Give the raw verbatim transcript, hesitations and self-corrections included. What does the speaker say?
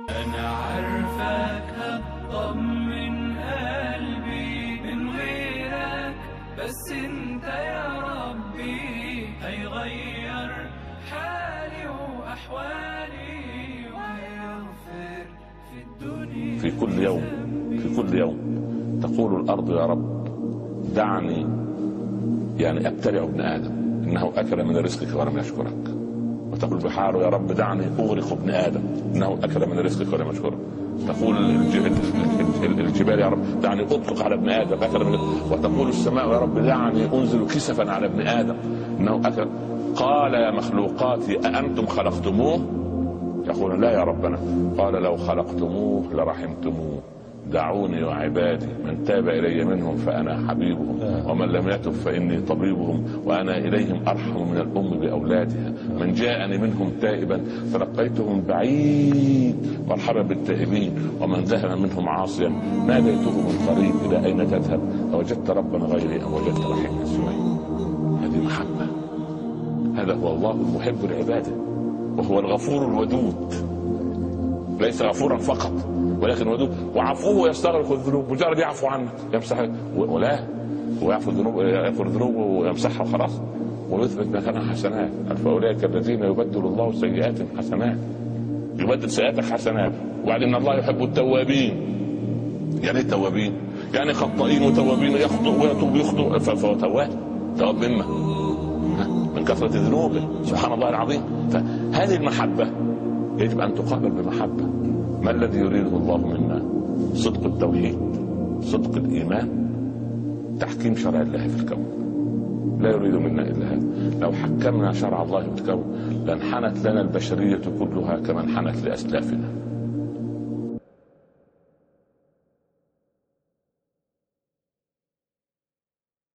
أنا عارفك هتطمن قلبي من غيرك، بس انت يا ربي هيغير حالي وأحوالي وهيغفر في الدنيا. في كل يوم في كل يوم تقول الأرض يا رب دعني يعني أبتلع ابن آدم إنه أكل من رزقك ولم يشكرك، وتقول البحار يا رب دعني أغرق ابن آدم إنه أكل من رزقك ولم يشكرك. تقول الجبال يا رب دعني أطلق على ابن آدم أكل من، وتقول السماء يا رب دعني أنزل كسفا على ابن آدم إنه أكل. قال يا مخلوقاتي أأنتم خلقتموه؟ يقول لا يا ربنا. قال لو خلقتموه لرحمتموه، دعوني وعبادي من تاب إلي منهم فأنا حبيبهم، ومن لم يتب فإني طبيبهم، وأنا إليهم أرحم من الأم بأولادها. من جاءني منهم تائبا فلقيته من بعيد مرحبا بالتائبين، ومن ذهب منهم عاصيا ناديته من قريب إلى أين تذهب؟ أوجدت ربا غيري أم وجدت رحيما سوي؟ هذه محبة. هذا هو الله المحب لعباده، وهو الغفور الودود، ليس غفورا فقط ولكن ودود، وعفوه يستغرق الذنوب، مجرد يعفو عنك يمسح، ولا هو يعفو الذنوب يغفر الذنوب ويمسحها وخلاص ويثبت مكانها حسنات. فاولئك الذين يبدل الله سيئات حسنات، يبدل سيئاتك حسنات. وبعدين الله يحب التوابين. يعني ايه التوابين؟ يعني خطائين وتوابين، يخطئ ويتوب يخطئ فهو تواب. تواب مما من كثرة ذنوبه سبحان الله العظيم. فهذه المحبة يجب أن تقابل بمحبة. ما الذي يريده الله منا؟ صدق التوحيد، صدق الإيمان، تحكيم شرع الله في الكون. لا يريد منا إلا هذا. لو حكمنا شرع الله في الكون لانحنت لنا البشرية كلها كما انحنت لأسلافنا.